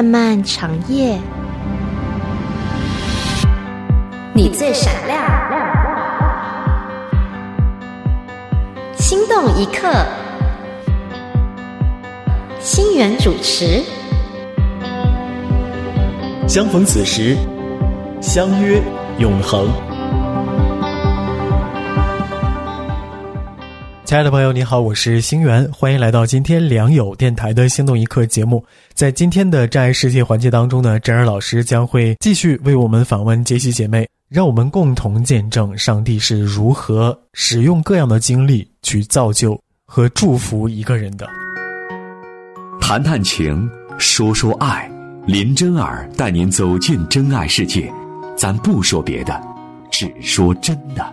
漫漫长夜，你最闪亮，心动一刻，心源主持。 相逢此时，相约永恒。亲爱的朋友你好，我是星源，欢迎来到今天良友电台的心动一刻节目。在今天的真爱世界环节当中呢，真儿老师将会继续为我们访问杰西姐妹，让我们共同见证上帝是如何使用各样的经历去造就和祝福一个人的。 谈谈情，说说爱，林真儿带您走进真爱世界，咱不说别的，只说真的。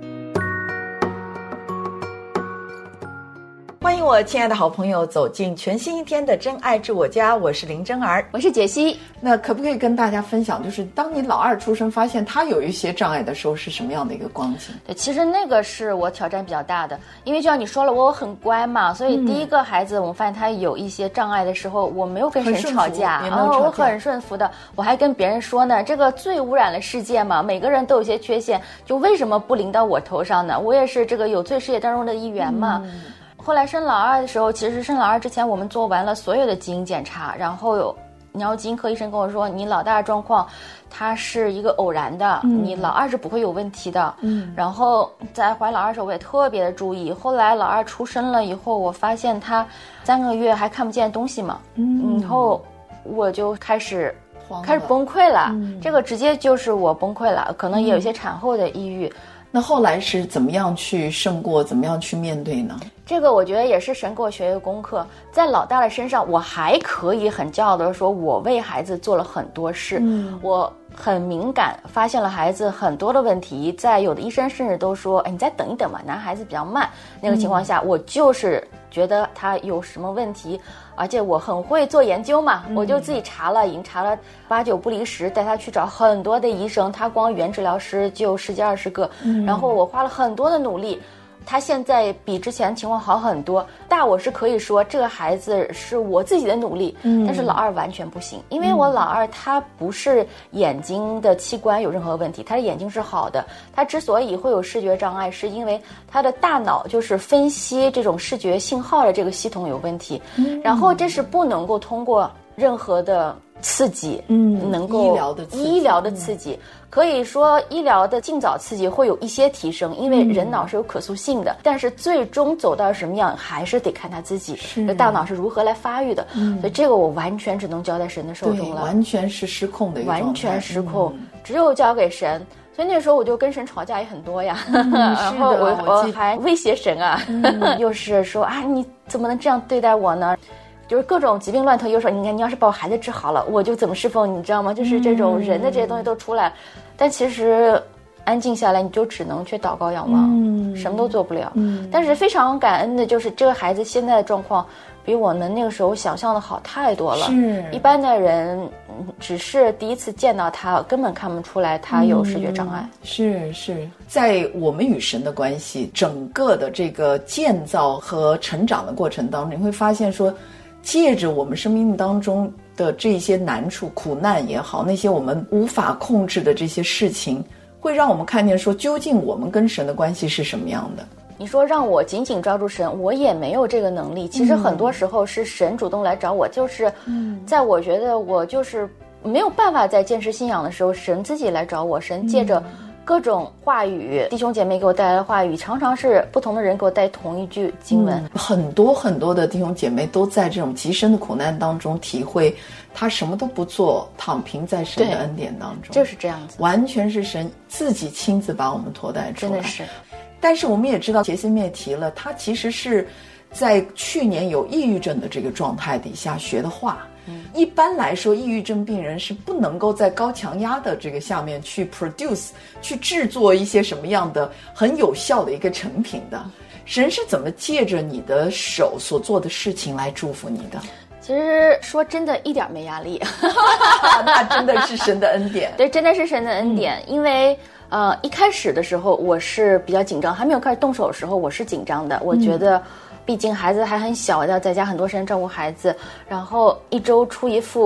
欢迎我亲爱的好朋友走进全新一天的真爱至我家，我是林真儿， 我是杰西。 那可不可以跟大家分享，就是当你老二出生发现他有一些障碍的时候是什么样的一个光景？ 对，其实那个是我挑战比较大的，因为就像你说了，我很乖嘛，所以第一个孩子我们发现他有一些障碍的时候，我没有跟谁吵架，我很顺服的，我还跟别人说呢，这个最污染了世界嘛，每个人都有些缺陷，就为什么不临到我头上呢？我也是这个有罪世界当中的一员嘛。后来生老二的时候，其实生老二之前我们做完了所有的基因检查，然后有鸟基因科医生跟我说，你老大的状况它是一个偶然的，你老二是不会有问题的。然后在怀老二的时候我也特别的注意，后来老二出生了以后，我发现他3个月还看不见东西嘛，然后我就开始崩溃了，这个直接就是我崩溃了，可能也有一些产后的抑郁。 那后来是怎么样去胜过，怎么样去面对呢？ 这个我觉得也是神给我学一个功课，在老大的身上我还可以很骄傲的说，我为孩子做了很多事，我很敏感，发现了孩子很多的问题，在有的医生甚至都说，你再等一等嘛，男孩子比较慢，那个情况下，我就是觉得他有什么问题，而且我很会做研究嘛，我就自己查了，已经查了8、9不离10，带他去找很多的医生，他光原治疗师就10几20个，然后我花了很多的努力，他现在比之前情况好很多。大我是可以说这个孩子是我自己的努力，但是老二完全不行，因为我老二他不是眼睛的器官有任何问题，他的眼睛是好的，他之所以会有视觉障碍，是因为他的大脑就是分析这种视觉信号的这个系统有问题，然后这是不能够通过任何的刺激，能够医疗的刺激，可以说医疗的尽早刺激会有一些提升，因为人脑是有可塑性的，但是最终走到什么样还是得看他自己的大脑是如何来发育的，所以这个我完全只能交在神的手中了， 完全是失控的一个状态， 完全失控，只有交给神。所以那时候我就跟神吵架也很多呀，然后我还威胁神啊，又是说啊你怎么能这样对待我呢，就是各种疾病乱投，又说你要是把我孩子治好了，我就怎么侍奉你，知道吗？就是这种人的这些东西都出来，但其实安静下来，你就只能去祷告仰望，什么都做不了。但是非常感恩的就是这个孩子现在的状况比我们那个时候想象的好太多了。一般的人只是第一次见到他，根本看不出来他有视觉障碍。 是在我们与神的关系整个的这个建造和成长的过程当中，你会发现说，借着我们生命当中的这些难处、苦难也好，那些我们无法控制的这些事情，会让我们看见说，究竟我们跟神的关系是什么样的。 你说让我紧紧抓住神，我也没有这个能力。其实很多时候是神主动来找我，就是在我觉得我就是没有办法在坚持信仰的时候，神自己来找我，神借着各种话语，弟兄姐妹给我带来的话语，常常是不同的人给我带同一句经文。 很多很多的弟兄姐妹都在这种极深的苦难当中体会，他什么都不做，躺平在神的恩典当中， 就是这样子， 完全是神自己亲自把我们托带出来， 真的是。 但是我们也知道，杰西妹提了，他其实是在去年有抑郁症的这个状态底下学的画。一般来说，抑郁症病人是不能够在高强压的这个下面去 produce 去制作一些什么样的很有效的一个成品的。神是怎么借着你的手所做的事情来祝福你的？ 其实说真的一点没压力那真的是神的恩典。 对，真的是神的恩典。因为一开始的时候我是比较紧张，还没有开始动手的时候我是紧张的，我觉得毕竟孩子还很小，要在家很多时间照顾孩子，然后1周出一副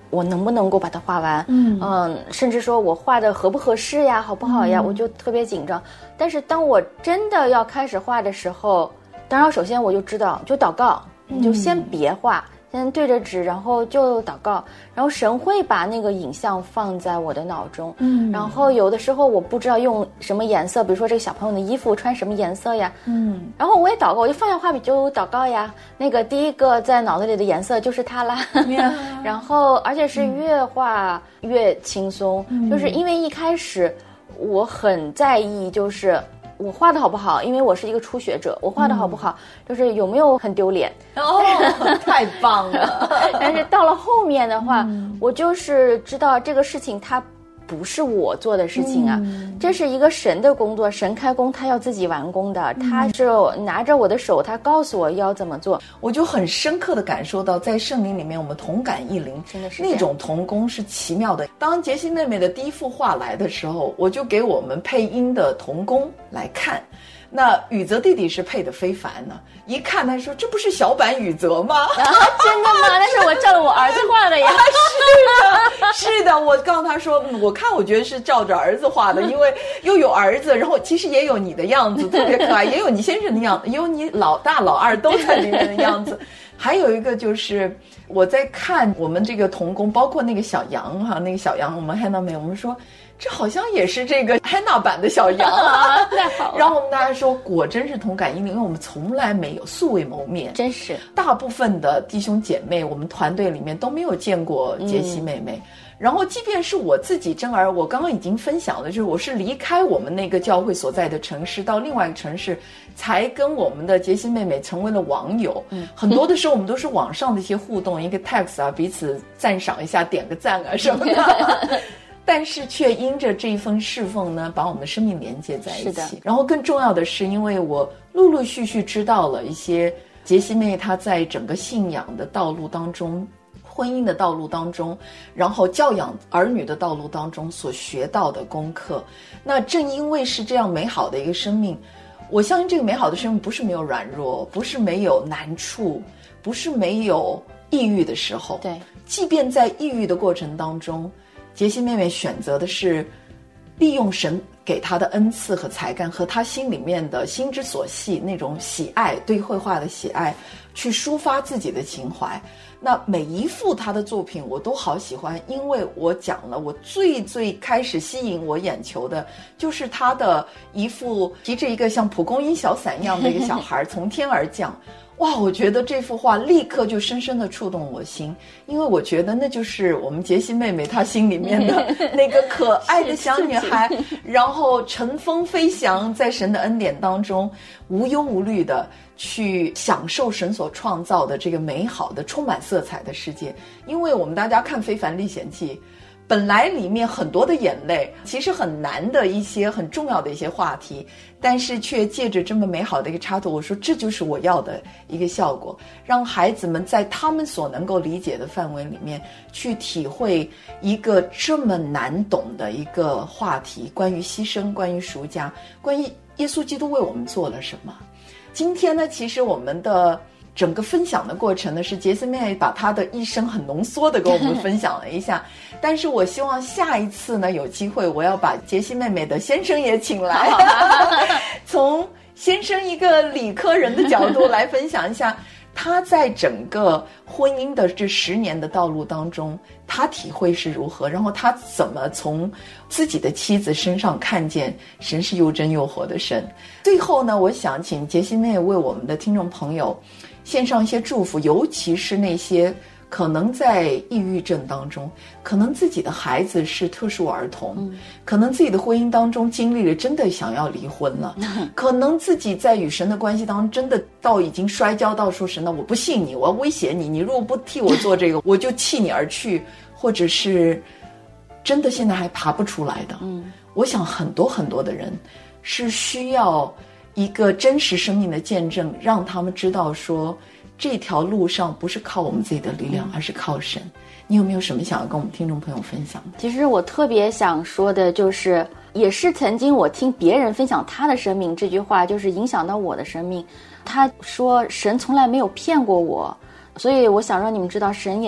我能不能够把它画完，甚至说我画的合不合适呀，好不好呀，我就特别紧张。但是当我真的要开始画的时候，当然首先我就知道，就祷告，你就先别画，先对着纸，然后就祷告，然后神会把那个影像放在我的脑中，然后有的时候我不知道用什么颜色，比如说这个小朋友的衣服穿什么颜色呀，然后我也祷告，我就放下画笔就祷告呀，那个第一个在脑子里的颜色就是它啦，然后而且是越画越轻松，就是因为一开始我很在意就是我画的好不好，因为我是一个初学者，我画的好不好，就是有没有很丢脸。 太棒了！ 但是到了后面的话，我就是知道这个事情它不是我做的事情啊，这是一个神的工作，神开工，他要自己完工的，他是拿着我的手，他告诉我要怎么做。 我就很深刻的感受到，在圣灵里面我们同感异灵， 真的是那种同工是奇妙的。当杰西妹妹的第一幅画来的时候，我就给我们配音的同工来看，那宇泽弟弟是配的非凡呢，一看他说这不是小版宇泽吗？ 真的吗？那是我照着我儿子画的呀。 是的，我告诉他说，我看我觉得是照着儿子画的，因为又有儿子，然后其实也有你的样子，特别可爱，也有你先生的样子，也有你老大老二都在里面的样子。还有一个就是我在看我们这个童工，包括那个小羊哈，那个小羊我们看到没有？我们说这好像也是这个汉娜版的小羊啊， 太好了。 然后我们大家说果真是同感异灵，因为我们从来没有素未谋面， 真是大部分的弟兄姐妹，我们团队里面都没有见过杰西妹妹。然后即便是我自己真儿，我刚刚已经分享了，就是我是离开我们那个教会所在的城市到另外一个城市，才跟我们的杰西妹妹成为了网友。很多的时候我们都是网上的一些互动，一个 text 啊，彼此赞赏一下，点个赞啊什么的。但是却因着这一份侍奉呢，把我们的生命连接在一起。然后更重要的是，因为我陆陆续续知道了一些杰西妹她在整个信仰的道路当中，婚姻的道路当中，然后教养儿女的道路当中所学到的功课。那正因为是这样美好的一个生命，我相信这个美好的生命不是没有软弱，不是没有难处，不是没有抑郁的时候。 对， 即便在抑郁的过程当中，杰西妹妹选择的是利用神给她的恩赐和才干，和她心里面的心之所系那种喜爱，对绘画的喜爱，去抒发自己的情怀。那每一幅她的作品我都好喜欢，因为我讲了，我最开始吸引我眼球的就是她的一幅提着一个像蒲公英小伞一样的一个小孩从天而降。哇，我觉得这幅画立刻就深深地触动我心，因为我觉得那就是我们杰西妹妹她心里面的那个可爱的小女孩，然后乘风飞翔，在神的恩典当中无忧无虑的去享受神所创造的这个美好的充满色彩的世界。因为我们大家看《非凡历险记》，本来里面很多的眼泪，其实很难的一些很重要的一些话题，但是却借着这么美好的一个插图，我说这就是我要的一个效果，让孩子们在他们所能够理解的范围里面去体会一个这么难懂的一个话题，关于牺牲，关于赎价，关于耶稣基督为我们做了什么。今天呢，其实我们的整个分享的过程呢，是杰西妹把她的一生很浓缩的跟我们分享了一下。但是我希望下一次呢，有机会我要把杰西妹妹的先生也请来，从先生一个理科人的角度来分享一下他在整个婚姻的这10年的道路当中，他体会是如何，然后他怎么从自己的妻子身上看见神是又真又活的神。最后呢，我想请杰西妹为我们的听众朋友献上一些祝福，尤其是那些可能在抑郁症当中，可能自己的孩子是特殊儿童，可能自己的婚姻当中经历了真的想要离婚了，可能自己在与神的关系当中真的到已经摔跤到说神呢，我不信你，我要威胁你，你如果不替我做这个我就弃你而去，或者是真的现在还爬不出来的。我想很多很多的人是需要一个真实生命的见证，让他们知道说这条路上不是靠我们自己的力量，而是靠神。你有没有什么想要跟我们听众朋友分享的？ 其实我特别想说的就是，也是曾经我听别人分享他的生命，这句话就是影响到我的生命。他说神从来没有骗过我，所以我想让你们知道，神也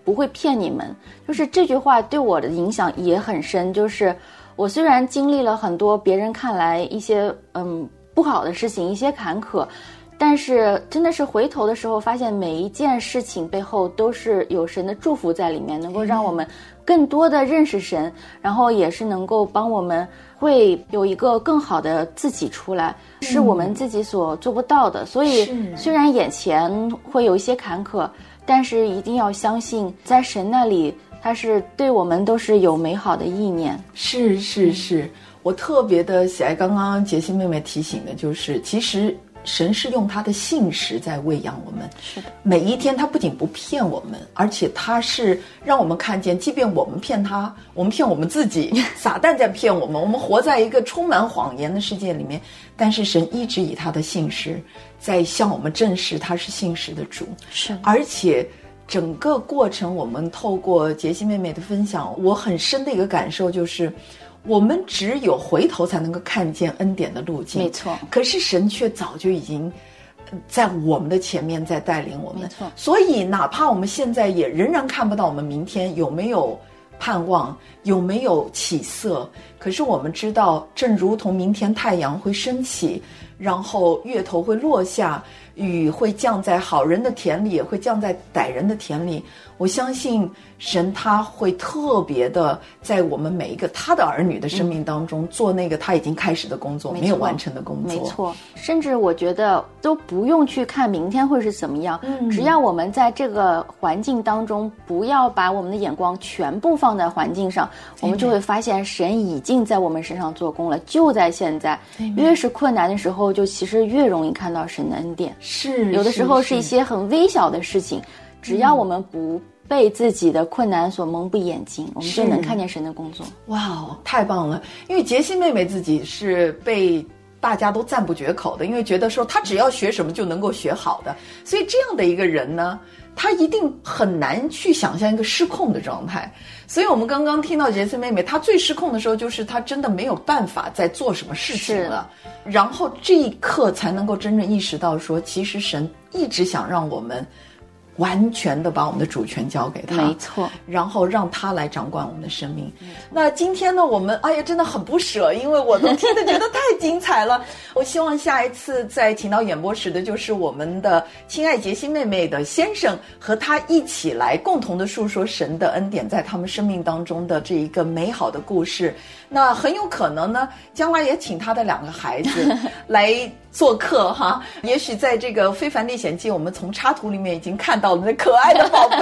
不会骗你们。就是这句话对我的影响也很深，就是我虽然经历了很多别人看来一些不好的事情，一些坎坷，但是真的是回头的时候发现每一件事情背后都是有神的祝福在里面，能够让我们更多的认识神，然后也是能够帮我们会有一个更好的自己出来，是我们自己所做不到的。所以虽然眼前会有一些坎坷，但是一定要相信在神那里他是对我们都是有美好的意念。 是，我特别的喜爱刚刚杰西妹妹提醒的，就是其实神是用他的信实在喂养我们， 是的， 每一天他不仅不骗我们，而且他是让我们看见，即便我们骗他，我们骗我们自己，撒旦在骗我们，我们活在一个充满谎言的世界里面，但是神一直以他的信实在向我们证实他是信实的主。 是， 而且整个过程我们透过杰西妹妹的分享，我很深的一个感受就是我们只有回头才能够看见恩典的路径。 没错， 可是神却早就已经在我们的前面在带领我们。 没错， 所以哪怕我们现在也仍然看不到我们明天有没有盼望，有没有起色，可是我们知道，正如同明天太阳会升起，然后月头会落下，雨会降在好人的田里，也会降在歹人的田里。我相信神他会特别的在我们每一个他的儿女的生命当中做那个他已经开始的工作，没有完成的工作。 没错，甚至我觉得都不用去看明天会是怎么样，只要我们在这个环境当中不要把我们的眼光全部放在环境上，我们就会发现神已经在我们身上做工了，就在现在。越是困难的时候，就其实越容易看到神的恩典。 是， 有的时候是一些很微小的事情，只要我们不被自己的困难所蒙蔽眼睛，我们就能看见神的工作。 哇哦，太棒了！因为杰西妹妹自己是被大家都赞不绝口的，因为觉得说她只要学什么就能够学好的，所以这样的一个人呢，她一定很难去想象一个失控的状态。所以我们刚刚听到杰西妹妹，她最失控的时候就是她真的没有办法再做什么事情了，然后这一刻才能够真正意识到说，其实神一直想让我们完全的把我们的主权交给他， 没错， 然后让他来掌管我们的生命。那今天呢，我们真的很不舍，因为我都听得觉得太精彩了。我希望下一次再请到演播室的就是我们的亲爱杰西妹妹的先生，和他一起来共同的述说神的恩典在他们生命当中的这一个美好的故事。那很有可能呢，将来也请他的2个孩子来做客哈。也许在这个非凡历险记，我们从插图里面已经看到了那可爱的宝贝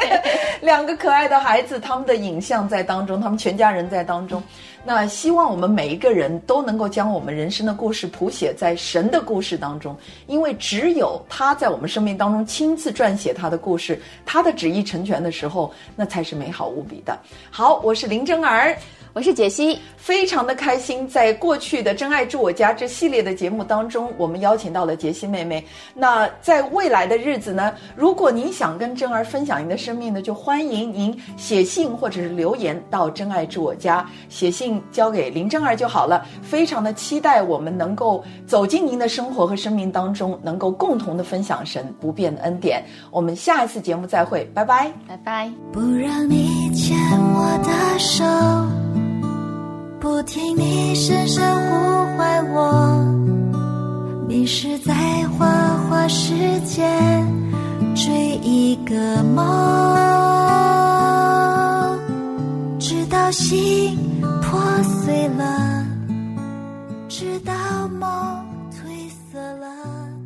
2个可爱的孩子，他们的影像在当中，他们全家人在当中。那希望我们每一个人都能够将我们人生的故事谱写在神的故事当中，因为只有他在我们生命当中亲自撰写他的故事，他的旨意成全的时候，那才是美好无比的。好，我是林真儿， 我是杰西， 非常的开心，在过去的真爱住我家这系列的节目当中，我们邀请到了杰西妹妹。那在未来的日子呢，如果您想跟真儿分享您的生命呢，就欢迎您写信或者是留言到真爱住我家，写信交给林真儿就好了。非常的期待我们能够走进您的生活和生命当中，能够共同的分享神不变的恩典。我们下一次节目再会，拜拜， 拜拜。 不让你牵我的手，不听你声声呼唤我，迷失在花花世界，追一个梦，直到心破碎了，直到梦褪色了。